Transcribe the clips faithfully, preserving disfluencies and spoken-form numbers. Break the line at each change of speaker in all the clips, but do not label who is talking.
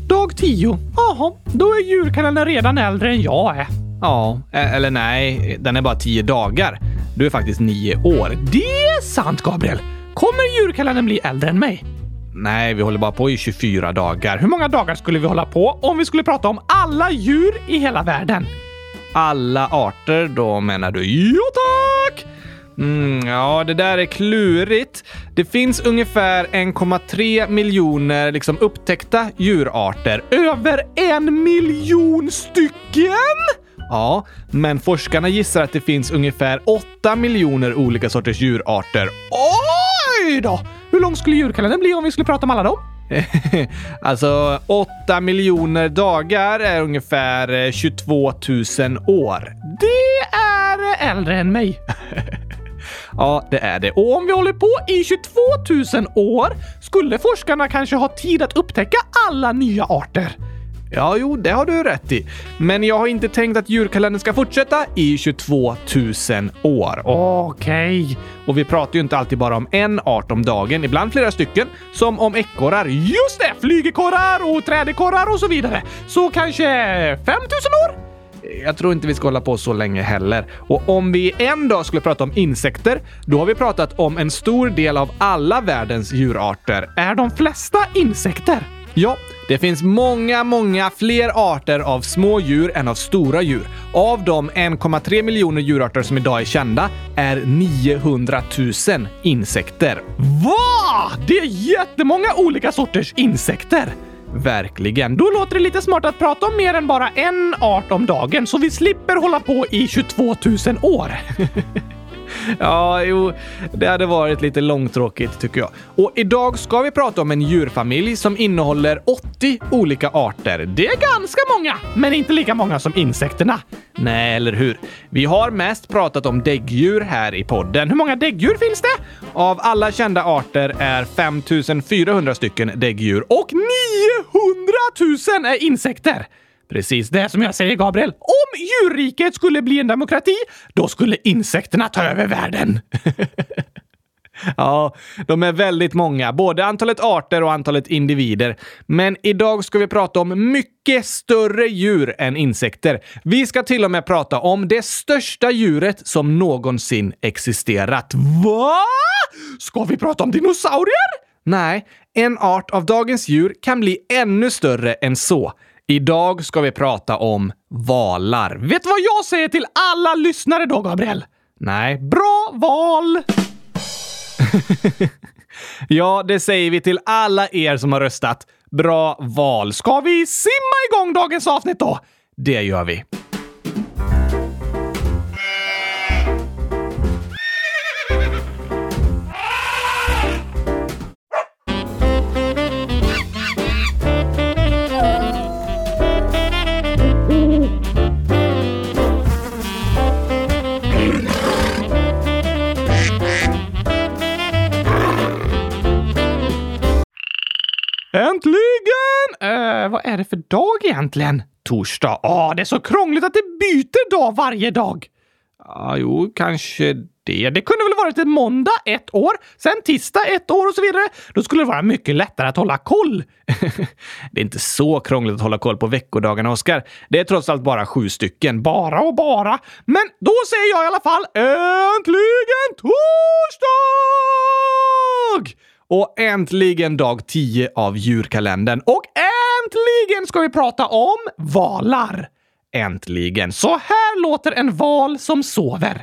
Dag tio. Jaha, då är djurkalendern redan äldre än jag är.
Ja, eller nej, den är bara tio dagar. Du är faktiskt nio år.
Det är sant, Gabriel. Kommer djurkalendern bli äldre än mig?
Nej, vi håller bara på i tjugofyra dagar.
Hur många dagar skulle vi hålla på om vi skulle prata om alla djur i hela världen?
Alla arter, då menar du?
Ja, tack!
Mm, ja, det där är klurigt. Det finns ungefär en komma tre miljoner liksom upptäckta djurarter.
Över en miljon stycken?
Ja, men forskarna gissar att det finns ungefär åtta miljoner olika sorters djurarter.
Oj då! Hur lång skulle djurkalendern bli om vi skulle prata om alla dem?
Alltså, åtta miljoner dagar är ungefär tjugotvå tusen år.
Det är äldre än mig.
Ja, det är det.
Och om vi håller på i tjugotvå tusen år skulle forskarna kanske ha tid att upptäcka alla nya arter.
Ja, jo, det har du rätt i. Men jag har inte tänkt att djurkalendern ska fortsätta i tjugotvå tusen år.
Okej. Okay.
Och vi pratar ju inte alltid bara om en art om dagen, ibland flera stycken, som om ekorrar.
Just det! Flygekorrar och trädekorrar och så vidare. Så kanske fem tusen år?
Jag tror inte vi ska hålla på så länge heller. Och om vi en dag skulle prata om insekter, då har vi pratat om en stor del av alla världens djurarter.
Är de flesta insekter?
Ja, det finns många, många fler arter av små djur än av stora djur. Av de en komma tre miljoner djurarter som idag är kända är niohundratusen insekter.
Va? Det är jättemånga olika sorters insekter.
Verkligen.
Då låter det lite smart att prata om mer än bara en art om dagen så vi slipper hålla på i tjugotvå tusen år.
Ja, jo, det hade varit lite långtråkigt tycker jag. Och idag ska vi prata om en djurfamilj som innehåller åttio olika arter.
Det är ganska många, men inte lika många som insekterna.
Nej, eller hur? Vi har mest pratat om däggdjur här i podden.
Hur många däggdjur finns det?
Av alla kända arter är fem tusen fyrahundra stycken däggdjur och
niohundratusen är insekter. Precis det som jag säger, Gabriel. Om djurriket skulle bli en demokrati, då skulle insekterna ta över världen.
Ja, de är väldigt många, både antalet arter och antalet individer. Men idag ska vi prata om mycket större djur än insekter. Vi ska till och med prata om det största djuret som någonsin existerat.
Va? Ska vi prata om dinosaurier?
Nej, en art av dagens djur kan bli ännu större än så. Idag ska vi prata om valar.
Vet du vad jag säger till alla lyssnare då, Gabriel?
Nej.
Bra val!
Ja, det säger vi till alla er som har röstat. Bra val.
Ska vi simma igång dagens avsnitt då?
Det gör vi.
Äntligen! Uh, vad är det för dag egentligen?
Torsdag.
Åh, det är så krångligt att det byter dag varje dag.
Ja, jo, kanske det.
Det kunde väl varit en måndag ett år, sen tisdag ett år och så vidare. Då skulle det vara mycket lättare att hålla koll.
Det är inte så krångligt att hålla koll på veckodagarna, Oskar. Det är trots allt bara sju stycken.
Bara och bara. Men då säger jag i alla fall äntligen torsdag!
Och äntligen dag tio av djurkalendern.
Och äntligen ska vi prata om valar.
Äntligen.
Så här låter en val som sover.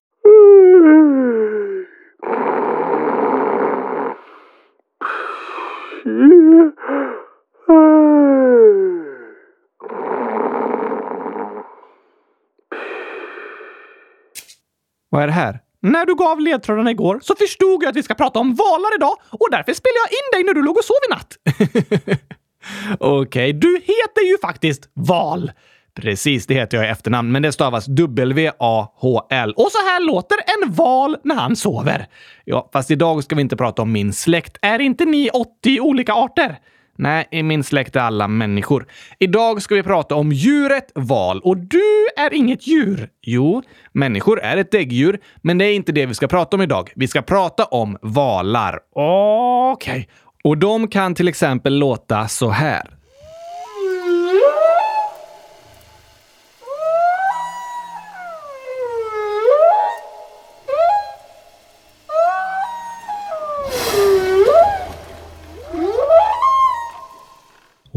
Vad är det här?
När du gav ledtrådarna igår så förstod jag att vi ska prata om valar idag och därför spelade jag in dig när du låg och sov i natt.
Okej, okay.
Du heter ju faktiskt Val.
Precis, det heter jag i efternamn, men det stavas W A H L.
Och så här låter en val när han sover.
Ja, fast idag ska vi inte prata om min släkt.
Är inte ni åttio olika arter?
Nej, i min släkt är alla människor. Idag ska vi prata om djuret val.
Och du är inget djur.
Jo, människor är ett däggdjur, men det är inte det vi ska prata om idag. Vi ska prata om valar.
Okej. Okay.
Och de kan till exempel låta så här.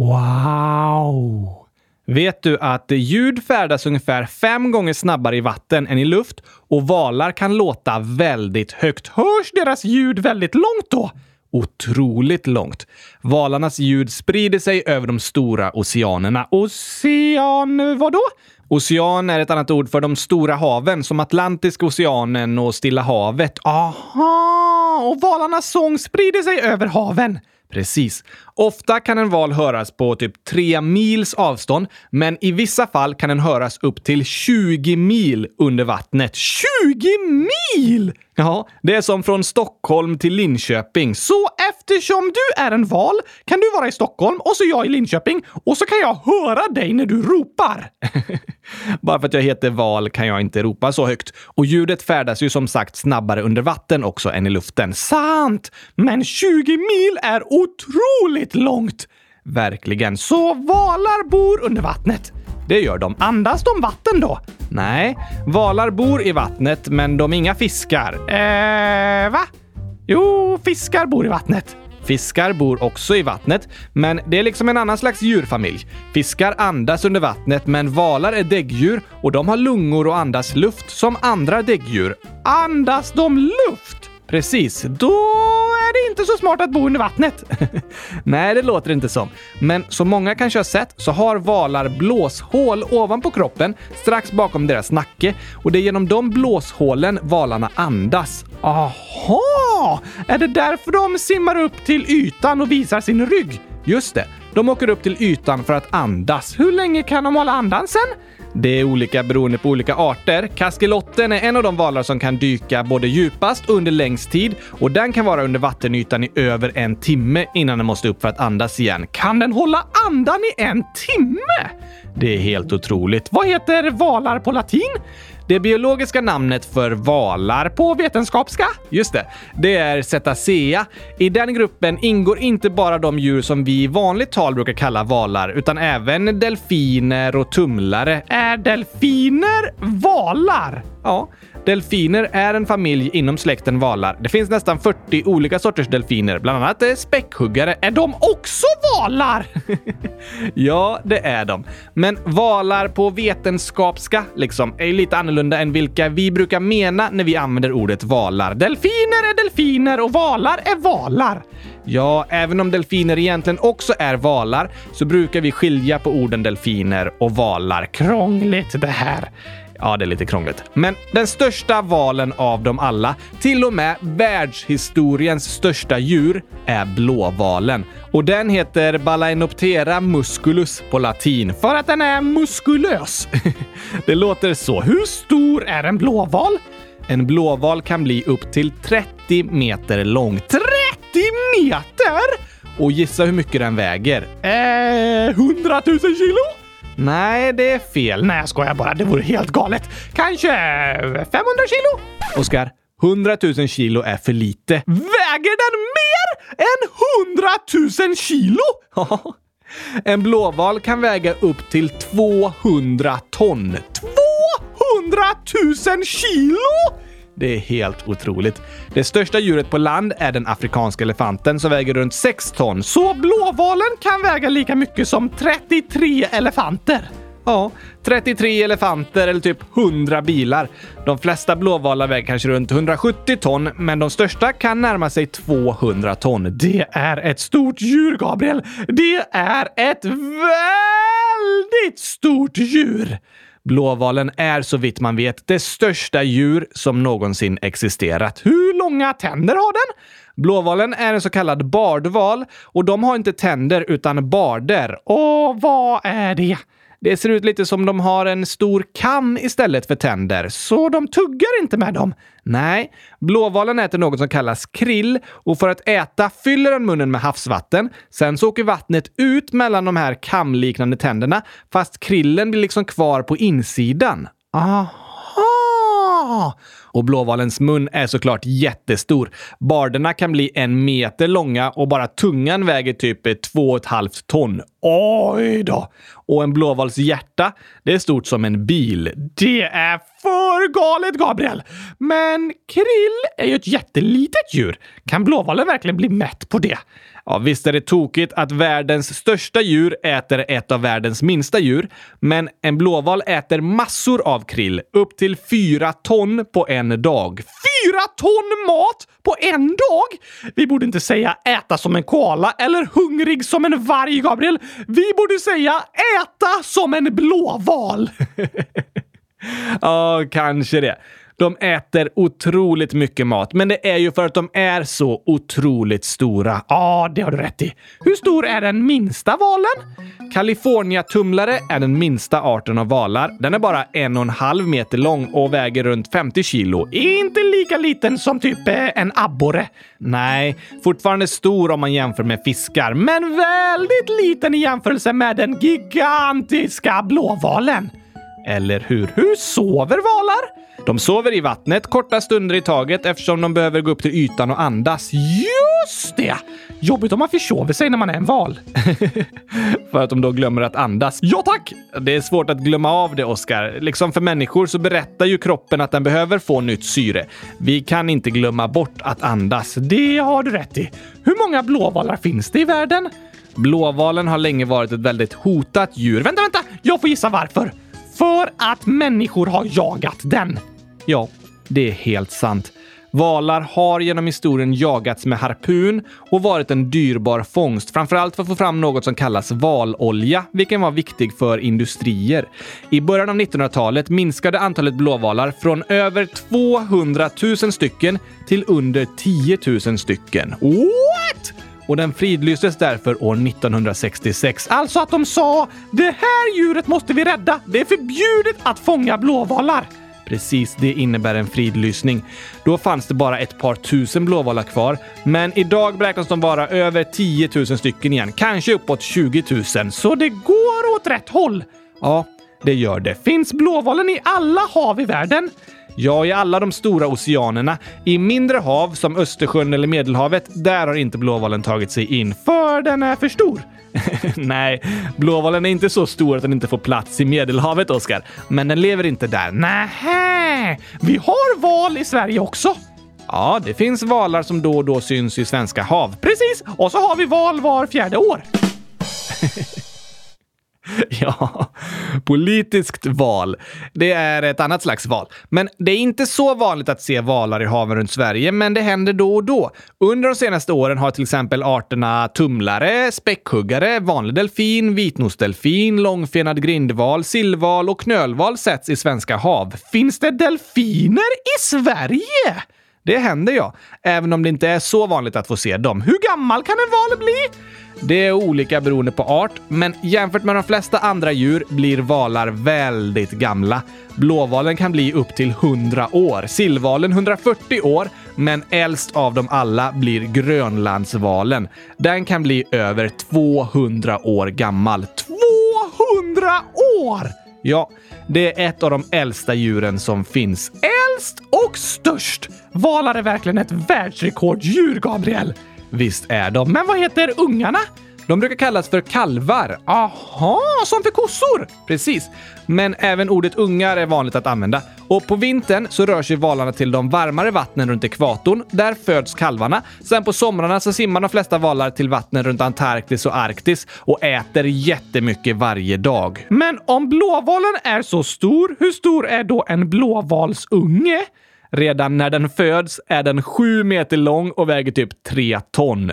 Wow!
Vet du att ljud färdas ungefär fem gånger snabbare i vatten än i luft och valar kan låta väldigt högt.
Hörs deras ljud väldigt långt då?
Otroligt långt. Valarnas ljud sprider sig över de stora oceanerna.
Ocean vadå?
Ocean är ett annat ord för de stora haven som Atlantiska oceanen och Stilla havet.
Aha, och valarnas sång sprider sig över haven.
Precis. Ofta kan en val höras på typ tre mils avstånd, men i vissa fall kan den höras upp till tjugo mil under vattnet.
tjugo mil?
Ja, det är som från Stockholm till Linköping.
Så eftersom du är en val kan du vara i Stockholm och så jag i Linköping och så kan jag höra dig när du ropar.
Bara för att jag heter val kan jag inte ropa så högt. Och ljudet färdas ju som sagt snabbare under vatten också än i luften.
Sant! Men tjugo mil är otroligt långt.
Verkligen.
Så valar bor under vattnet.
Det gör de.
Andas de vatten då?
Nej, valar bor i vattnet men de är inga fiskar.
Eh, va? Jo, fiskar bor i vattnet.
Fiskar bor också i vattnet, men det är liksom en annan slags djurfamilj. Fiskar andas under vattnet, men valar är däggdjur och de har lungor och andas luft som andra däggdjur.
Andas de luft?
Precis.
Då är det inte så smart att bo under vattnet.
Nej, det låter inte som. Men som många kanske har sett så har valar blåshål ovanpå kroppen strax bakom deras nacke och det är genom de blåshålen valarna andas.
Aha! Är det därför de simmar upp till ytan och visar sin rygg?
Just det. De åker upp till ytan för att andas.
Hur länge kan de hålla andan sen?
Det är olika beroende på olika arter. Kaskelotten är en av de valar som kan dyka både djupast och under längst tid och den kan vara under vattenytan i över en timme innan den måste upp för att andas igen.
Kan den hålla andan i en timme?
Det är helt otroligt.
Vad heter valar på latin?
Det biologiska namnet för valar
på vetenskapska?
Just det. Det är Cetacea. I den gruppen ingår inte bara de djur som vi i vanligt tal brukar kalla valar utan även delfiner och tumlare.
Är delfiner valar?
Ja, delfiner är en familj inom släkten valar. Det finns nästan fyrtio olika sorters delfiner, bland annat späckhuggare.
Är de också valar?
Ja, det är de. Men valar på vetenskapska liksom är lite annorlunda än vilka vi brukar mena när vi använder ordet valar.
Delfiner är delfiner och valar är valar.
Ja, även om delfiner egentligen också är valar så brukar vi skilja på orden delfiner och valar.
Krångligt det här.
Ja, det är lite krångligt. Men den största valen av dem alla, till och med världshistoriens största djur, är blåvalen. Och den heter Balaenoptera musculus på latin.
För att den är muskulös.
Det låter så.
Hur stor är en blåval?
En blåval kan bli upp till trettio meter lång.
trettio meter?
Och gissa hur mycket den väger.
Eh, hundratusen kilo?
Nej, det är fel.
Nej, jag skojar bara. Det vore helt galet. Kanske femhundra kilo?
Oskar, hundratusen kilo är för lite.
Väger den mer än hundratusen kilo?
Ja. En blåval kan väga upp till tvåhundra ton.
tvåhundratusen kilo?
Det är helt otroligt. Det största djuret på land är den afrikanska elefanten som väger runt sex ton.
Så blåvalen kan väga lika mycket som trettiotre elefanter?
Ja, trettiotre elefanter eller typ hundra bilar. De flesta blåvalar väger kanske runt hundrasjuttio ton, men de största kan närma sig tvåhundra ton.
Det är ett stort djur, Gabriel. Det är ett väldigt stort djur.
Blåvalen är så vitt man vet det största djur som någonsin existerat.
Hur långa tänder har den?
Blåvalen är en så kallad bardval och de har inte tänder utan barder.
Och vad är det?
Det ser ut lite som de har en stor kam istället för tänder.
Så de tuggar inte med dem?
Nej, blåvalen äter något som kallas krill och för att äta fyller den munnen med havsvatten. Sen så åker vattnet ut mellan de här kamliknande tänderna fast krillen blir liksom kvar på insidan.
Aha!
Och blåvalens mun är såklart jättestor. Barderna kan bli en meter långa och bara tungan väger typ två och ett halvt ton. Oj då! Och en blåvals hjärta, det är stort som en bil.
Det är för galet, Gabriel! Men krill är ju ett jättelitet djur. Kan blåvalen verkligen bli mätt på det?
Ja, visst är det tokigt att världens största djur äter ett av världens minsta djur, men en blåval äter massor av krill, upp till fyra ton på en dag.
Fyra ton mat på en dag? Vi borde inte säga äta som en koala eller hungrig som en varg, Gabriel. Vi borde säga äta som en blåval.
Ja, kanske det. De äter otroligt mycket mat, men det är ju för att de är så otroligt stora.
Ja, det har du rätt i. Hur stor är den minsta valen?
California-tumlare är den minsta arten av valar. Den är bara en och en halv meter lång och väger runt femtio kilo.
Inte lika liten som typ en abborre.
Nej, fortfarande stor om man jämför med fiskar,
men väldigt liten i jämförelse med den gigantiska blåvalen.
Eller hur?
Hur sover valar?
De sover i vattnet korta stunder i taget eftersom de behöver gå upp till ytan och andas.
Just det! Jobbigt om man försover sig när man är en val.
För att de då glömmer att andas.
Ja tack!
Det är svårt att glömma av det, Oskar. Liksom för människor så berättar ju kroppen att den behöver få nytt syre. Vi kan inte glömma bort att andas.
Det har du rätt i. Hur många blåvalar finns det i världen?
Blåvalen har länge varit ett väldigt hotat djur.
Vänta, vänta! Jag får gissa varför. För att människor har jagat den.
Ja, det är helt sant. Valar har genom historien jagats med harpun och varit en dyrbar fångst, framförallt för att få fram något som kallas valolja, vilken var viktig för industrier. I början av nittonhundratalet minskade antalet blåvalar från över tvåhundratusen stycken till under tio tusen stycken.
What?
Och den fridlystes därför år nittonhundrasextiosex.
Alltså att de sa, det här djuret måste vi rädda. Det är förbjudet att fånga blåvalar.
Precis, det innebär en fridlysning. Då fanns det bara ett par tusen blåvalar kvar. Men idag beräknas de vara över tio tusen stycken igen. Kanske uppåt tjugo tusen.
Så det går åt rätt håll.
Ja, det gör det.
Finns blåvalen i alla hav i världen?
Ja, i alla de stora oceanerna. I mindre hav som Östersjön eller Medelhavet, där har inte blåvalen tagit sig in.
För den är för stor.
Nej, blåvalen är inte så stor att den inte får plats i Medelhavet, Oskar. Men den lever inte där.
Nähä, vi har val i Sverige också.
Ja, det finns valar som då och då syns i svenska hav.
Precis, och så har vi val var fjärde år.
Ja, politiskt val. Det är ett annat slags val. Men det är inte så vanligt att se valar i haven runt Sverige, men det händer då och då. Under de senaste åren har till exempel arterna tumlare, späckhuggare, vanlig delfin, vitnosdelfin, långfenad grindval, sillval och knölval setts i svenska hav.
Finns det delfiner i Sverige?
Det händer ja, även om det inte är så vanligt att få se dem.
Hur gammal kan en val bli?
Det är olika beroende på art, men jämfört med de flesta andra djur blir valar väldigt gamla. Blåvalen kan bli upp till hundra år, sillvalen hundrafyrtio år, men äldst av dem alla blir grönlandsvalen. Den kan bli över tvåhundra år gammal.
tvåhundra år!
Ja, det är ett av de äldsta djuren som finns.
Äldst och störst! Valar är verkligen ett världsrekorddjur, Gabriel.
Visst är de.
Men vad heter ungarna?
De brukar kallas för kalvar.
Aha, som för kossor.
Precis. Men även ordet ungar är vanligt att använda. Och på vintern så rör sig valarna till de varmare vattnen runt ekvatorn. Där föds kalvarna. Sen på somrarna så simmar de flesta valar till vattnen runt Antarktis och Arktis och äter jättemycket varje dag.
Men om blåvalen är så stor, hur stor är då en blåvalsunge?
Redan när den föds är den sju meter lång och väger typ tre ton.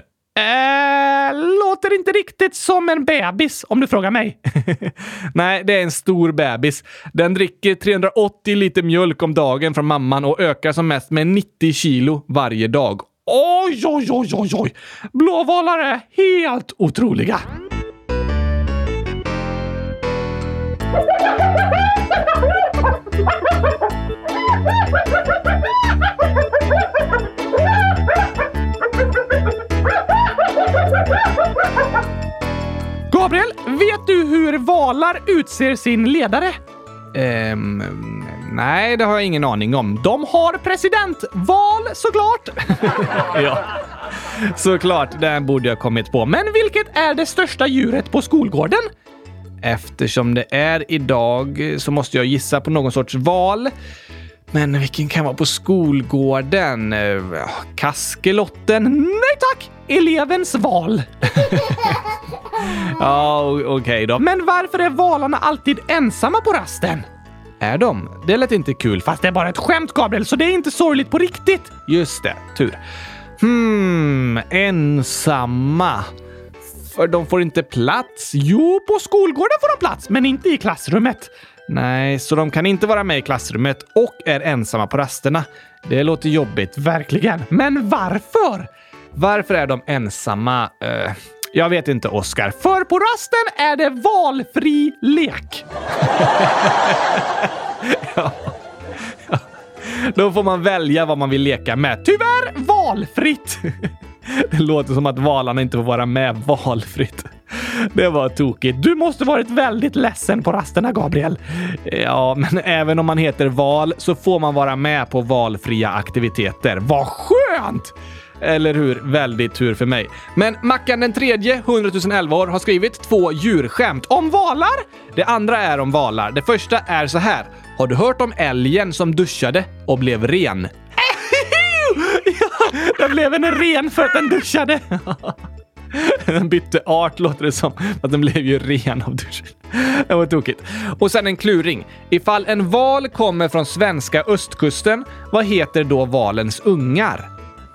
Äh, låter inte riktigt som en bebis, om du frågar mig.
Nej, det är en stor bebis. Den dricker trehundraåttio liter mjölk om dagen från mamman och ökar som mest med nittio kilo varje dag.
Oj, oj, oj, oj, oj. Blåvalar är helt otroliga. Gabriel, vet du hur valar utser sin ledare?
Ehm, Nej, det har jag ingen aning om.
De har presidentval, såklart.
Ja, såklart. Den borde jag kommit på.
Men vilket är det största djuret på skolgården?
Eftersom det är idag så måste jag gissa på någon sorts val. Men vilken kan vara på skolgården? Kaskelotten?
Nej tack! Elevens val.
Ja, okej okay då.
Men varför är valarna alltid ensamma på rasten?
Är de? Det lät inte kul.
Fast det är bara ett skämt, Gabriel, så det är inte sorgligt på riktigt.
Just det, tur. Hmm, ensamma. För de får inte plats.
Jo, på skolgården får de plats, men inte i klassrummet.
Nej, så de kan inte vara med i klassrummet och är ensamma på rasterna. Det låter jobbigt.
Verkligen. Men varför?
Varför är de ensamma? Uh, jag vet inte, Oscar.
För på rasten är det valfri lek.
Ja. Ja. Då får man välja vad man vill leka med.
Tyvärr valfritt.
Det låter som att valarna inte får vara med valfritt. Det var tokigt.
Du måste varit väldigt ledsen på rasterna, Gabriel.
Ja, men även om man heter val så får man vara med på valfria aktiviteter.
Vad skönt!
Eller hur? Väldigt tur för mig. Men Mackan den tredje, hundratusen elva år, har skrivit två djurskämt om valar. Det andra är om valar. Det första är så här. Har du hört om älgen som duschade och blev ren?
Ja, den blev en ren för att den duschade.
Den bytte art, låter det som. Att den blev ju ren av duschen. Det var tokigt. Och sen en kluring. Ifall en val kommer från svenska östkusten, vad heter då valens ungar?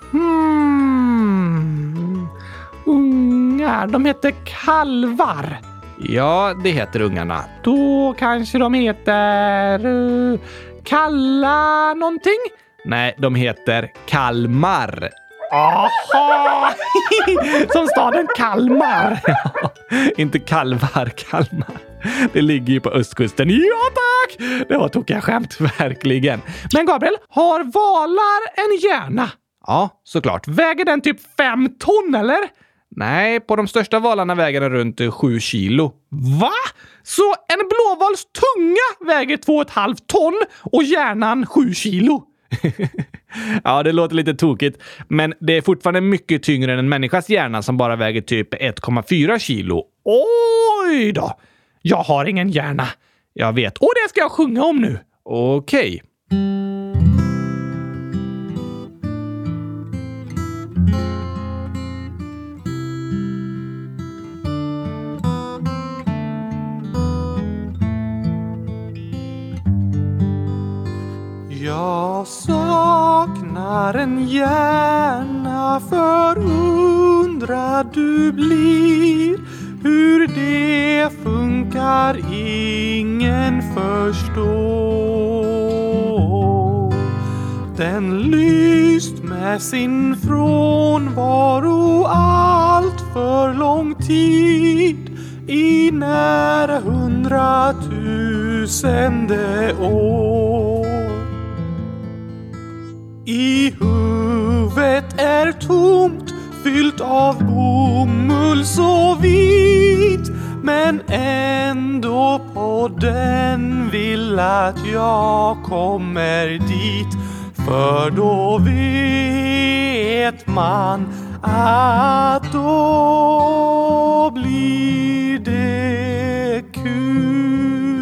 Hmm. Ungar, de heter kalvar.
Ja, det heter ungarna.
Då kanske de heter uh, Kalla någonting?
Nej, de heter Kalmar.
Aha! Som staden Kalmar.
Inte kalvar, Kalmar. Det ligger ju på östkusten. Ja tack! Det var tokiga skämt, verkligen.
Men Gabriel, har valar en hjärna?
Ja, såklart.
Väger den typ fem ton, eller?
Nej, på de största valarna väger den runt sju kilo.
Va? Så en blåvals tunga väger två och ett halvt ton och hjärnan sju kilo?
Ja, det låter lite tokigt. Men det är fortfarande mycket tyngre än en människas hjärna som bara väger typ ett komma fyra kilo.
Oj då! Jag har ingen hjärna.
Jag vet.
Och det ska jag sjunga om nu.
Okej. Okay.
Jag saknar en hjärna, förundrad du blir. Hur det funkar ingen förstår. Den lyst med sin frånvaro allt för lång tid, i nära hundratusende år. I huvudet är tomt, fyllt av bomull så vit, men ändå på den vill att jag kommer dit. För då vet man att då blir det kul.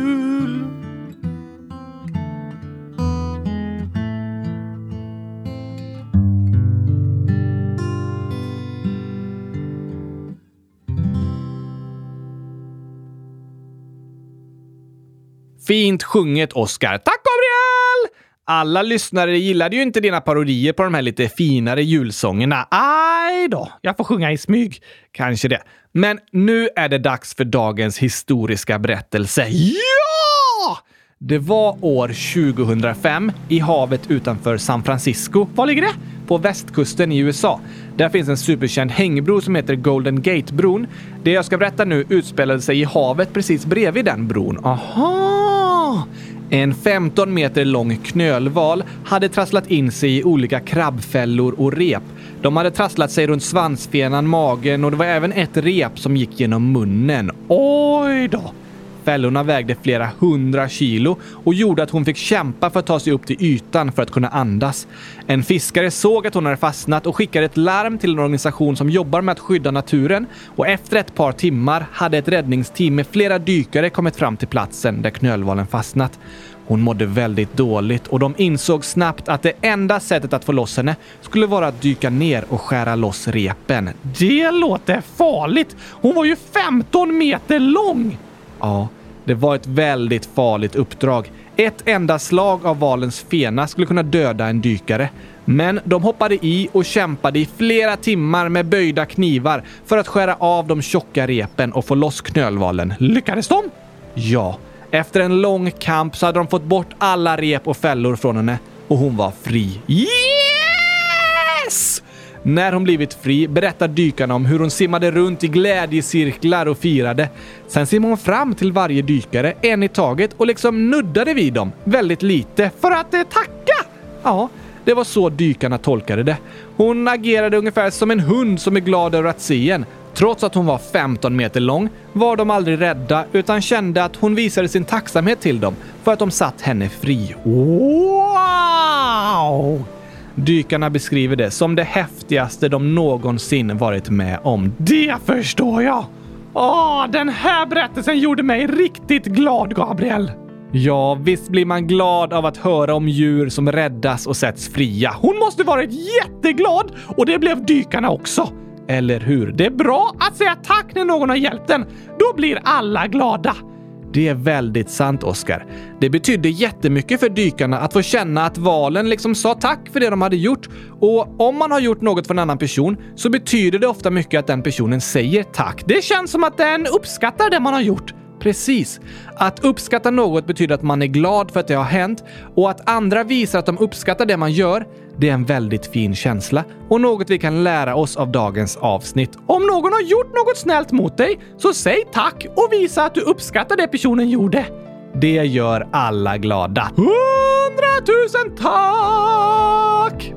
Fint sjunget, Oscar. Tack, Gabriel! Alla lyssnare gillade ju inte dina parodier på de här lite finare julsångerna.
Aj då, jag får sjunga i smyg.
Kanske det. Men nu är det dags för dagens historiska berättelse.
Ja!
Det var år tjugohundrafem i havet utanför San Francisco.
Var ligger det?
På västkusten i U S A. Där finns en superkänd hängbro som heter Golden Gate-bron. Det jag ska berätta nu utspelade sig i havet precis bredvid den bron.
Aha!
En femton meter lång knölval hade trasslat in sig i olika krabbfällor och rep. De hade trasslat sig runt svansfenan, magen och det var även ett rep som gick genom munnen.
Oj då!
Fällorna vägde flera hundra kilo och gjorde att hon fick kämpa för att ta sig upp till ytan för att kunna andas. En fiskare såg att hon hade fastnat och skickade ett larm till en organisation som jobbar med att skydda naturen, och efter ett par timmar hade ett räddningsteam med flera dykare kommit fram till platsen där knölvalen fastnat. Hon mådde väldigt dåligt och de insåg snabbt att det enda sättet att få loss henne skulle vara att dyka ner och skära loss repen.
Det låter farligt. Hon var ju femton meter lång.
Ja, det var ett väldigt farligt uppdrag. Ett enda slag av valens fena skulle kunna döda en dykare. Men de hoppade i och kämpade i flera timmar med böjda knivar för att skära av de tjocka repen och få loss knölvalen.
Lyckades de?
Ja. Efter en lång kamp så hade de fått bort alla rep och fällor från henne och hon var fri.
Yes!
När hon blivit fri berättar dykarna om hur hon simmade runt i glädjecirklar och firade. Sen simmade hon fram till varje dykare, en i taget, och liksom nuddade vid dem väldigt lite
för att eh, tacka.
Ja, det var så dykarna tolkade det. Hon agerade ungefär som en hund som är glad över att se en. Trots att hon var femton meter lång var de aldrig rädda utan kände att hon visade sin tacksamhet till dem för att de satt henne fri.
Wow!
Dykarna beskriver det som det häftigaste de någonsin varit med om.
Det förstår jag! Åh, den här berättelsen gjorde mig riktigt glad, Gabriel.
Ja, visst blir man glad av att höra om djur som räddas och sätts fria.
Hon måste varit jätteglad och det blev dykarna också.
Eller hur?
Det är bra att säga tack när någon har hjälpt en. Då blir alla glada.
Det är väldigt sant, Oscar. Det betydde jättemycket för dykarna att få känna att valen liksom sa tack för det de hade gjort. Och om man har gjort något för en annan person så betyder det ofta mycket att den personen säger tack.
Det känns som att den uppskattar det man har gjort.
Precis. Att uppskatta något betyder att man är glad för att det har hänt, och att andra visar att de uppskattar det man gör, det är en väldigt fin känsla och något vi kan lära oss av dagens avsnitt.
Om någon har gjort något snällt mot dig, så säg tack och visa att du uppskattar det personen gjorde.
Det gör alla glada.
Hundratusen tack!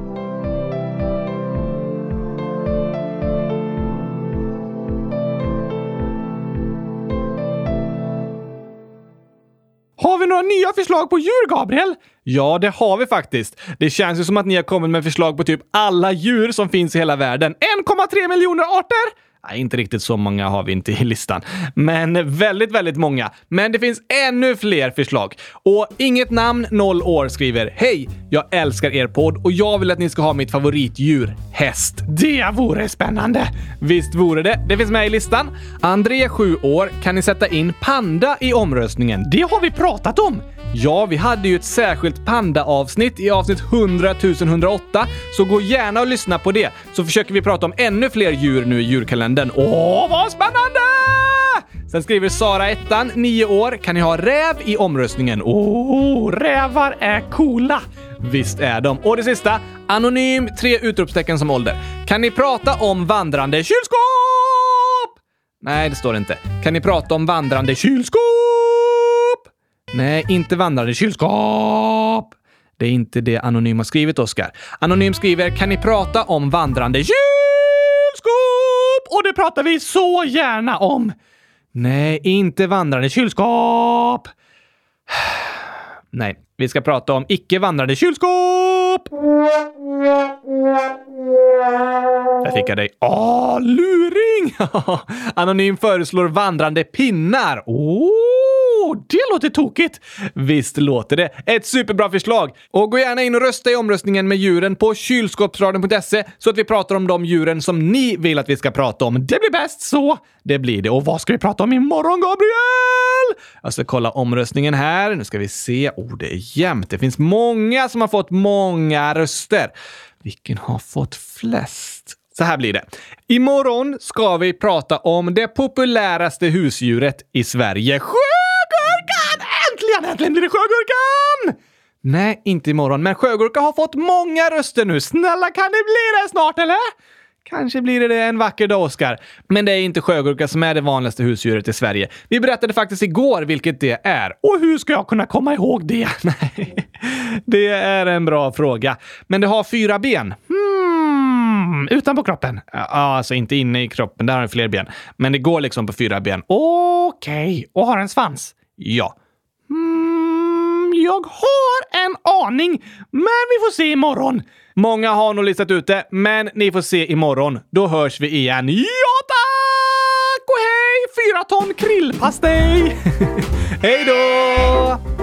Har vi några nya förslag på djur, Gabriel?
Ja, det har vi faktiskt. Det känns ju som att ni har kommit med förslag på typ alla djur som finns i hela världen.
en komma tre miljoner arter?
Nej, inte riktigt så många har vi inte i listan. Men väldigt, väldigt många. Men det finns ännu fler förslag. Och inget namn, noll år skriver: Hej, jag älskar er podd och jag vill att ni ska ha mitt favoritdjur, häst.
Det vore spännande.
Visst vore det. Det finns med i listan. André, sju år, kan ni sätta in panda i omröstningen?
Det har vi pratat om.
Ja, vi hade ju ett särskilt panda-avsnitt i avsnitt hundra tusen etthundraåtta, så gå gärna och lyssna på det, så försöker vi prata om ännu fler djur nu i djurkalendern.
Åh, vad spännande!
Sen skriver Sara ettan, nio år, kan ni ha räv i omröstningen?
Åh, rävar är coola.
Visst är de. Och det sista, anonym, tre utropstecken som ålder. Kan ni prata om vandrande kylskåp? Nej, det står inte. Kan ni prata om vandrande kylskåp? Nej, inte vandrande kylskåp. Det är inte det Anonym har skrivit, Oscar. Anonym skriver: kan ni prata om vandrande kylskåp?
Och det pratar vi så gärna om.
Nej, inte vandrande kylskåp. Nej, vi ska prata om icke-vandrande kylskåp. Där fick jag dig.
Åh, luring!
Anonym föreslår vandrande pinnar.
Åh, det låter tokigt.
Visst låter det. Ett superbra förslag. Och gå gärna in och rösta i omröstningen med djuren på kylskåpsradion punkt se så att vi pratar om de djuren som ni vill att vi ska prata om.
Det blir bäst så.
Det blir det.
Och vad ska vi prata om imorgon, Gabriel?
Jag ska kolla omröstningen här. Nu ska vi se. Oh, det är jämnt. Det finns många som har fått många röster. Vilken har fått flest? Så här blir det. Imorgon ska vi prata om det populäraste husdjuret i Sverige.
Sjögurkan! Äntligen, äntligen blir det sjögurkan!
Nej, inte imorgon. Men sjögurka har fått många röster nu.
Snälla, kan det bli det snart, eller?
Kanske blir det en vacker dag, Oscar. Men det är inte sjögurka som är det vanligaste husdjuret i Sverige. Vi berättade faktiskt igår vilket det är.
Och hur ska jag kunna komma ihåg det?
Nej, det är en bra fråga. Men det har fyra ben.
Hmm, Mm, utanpå kroppen?
Ja, alltså inte inne i kroppen. Där har den fler ben. Men det går liksom på fyra ben.
Okej. Okay. Och har en svans?
Ja.
Mm, jag har en aning, men vi får se imorgon.
Många har nog listat ut det, men ni får se imorgon. Då hörs vi igen.
Ja tack! Och hej! Fyra ton krillpastej!
Hej då!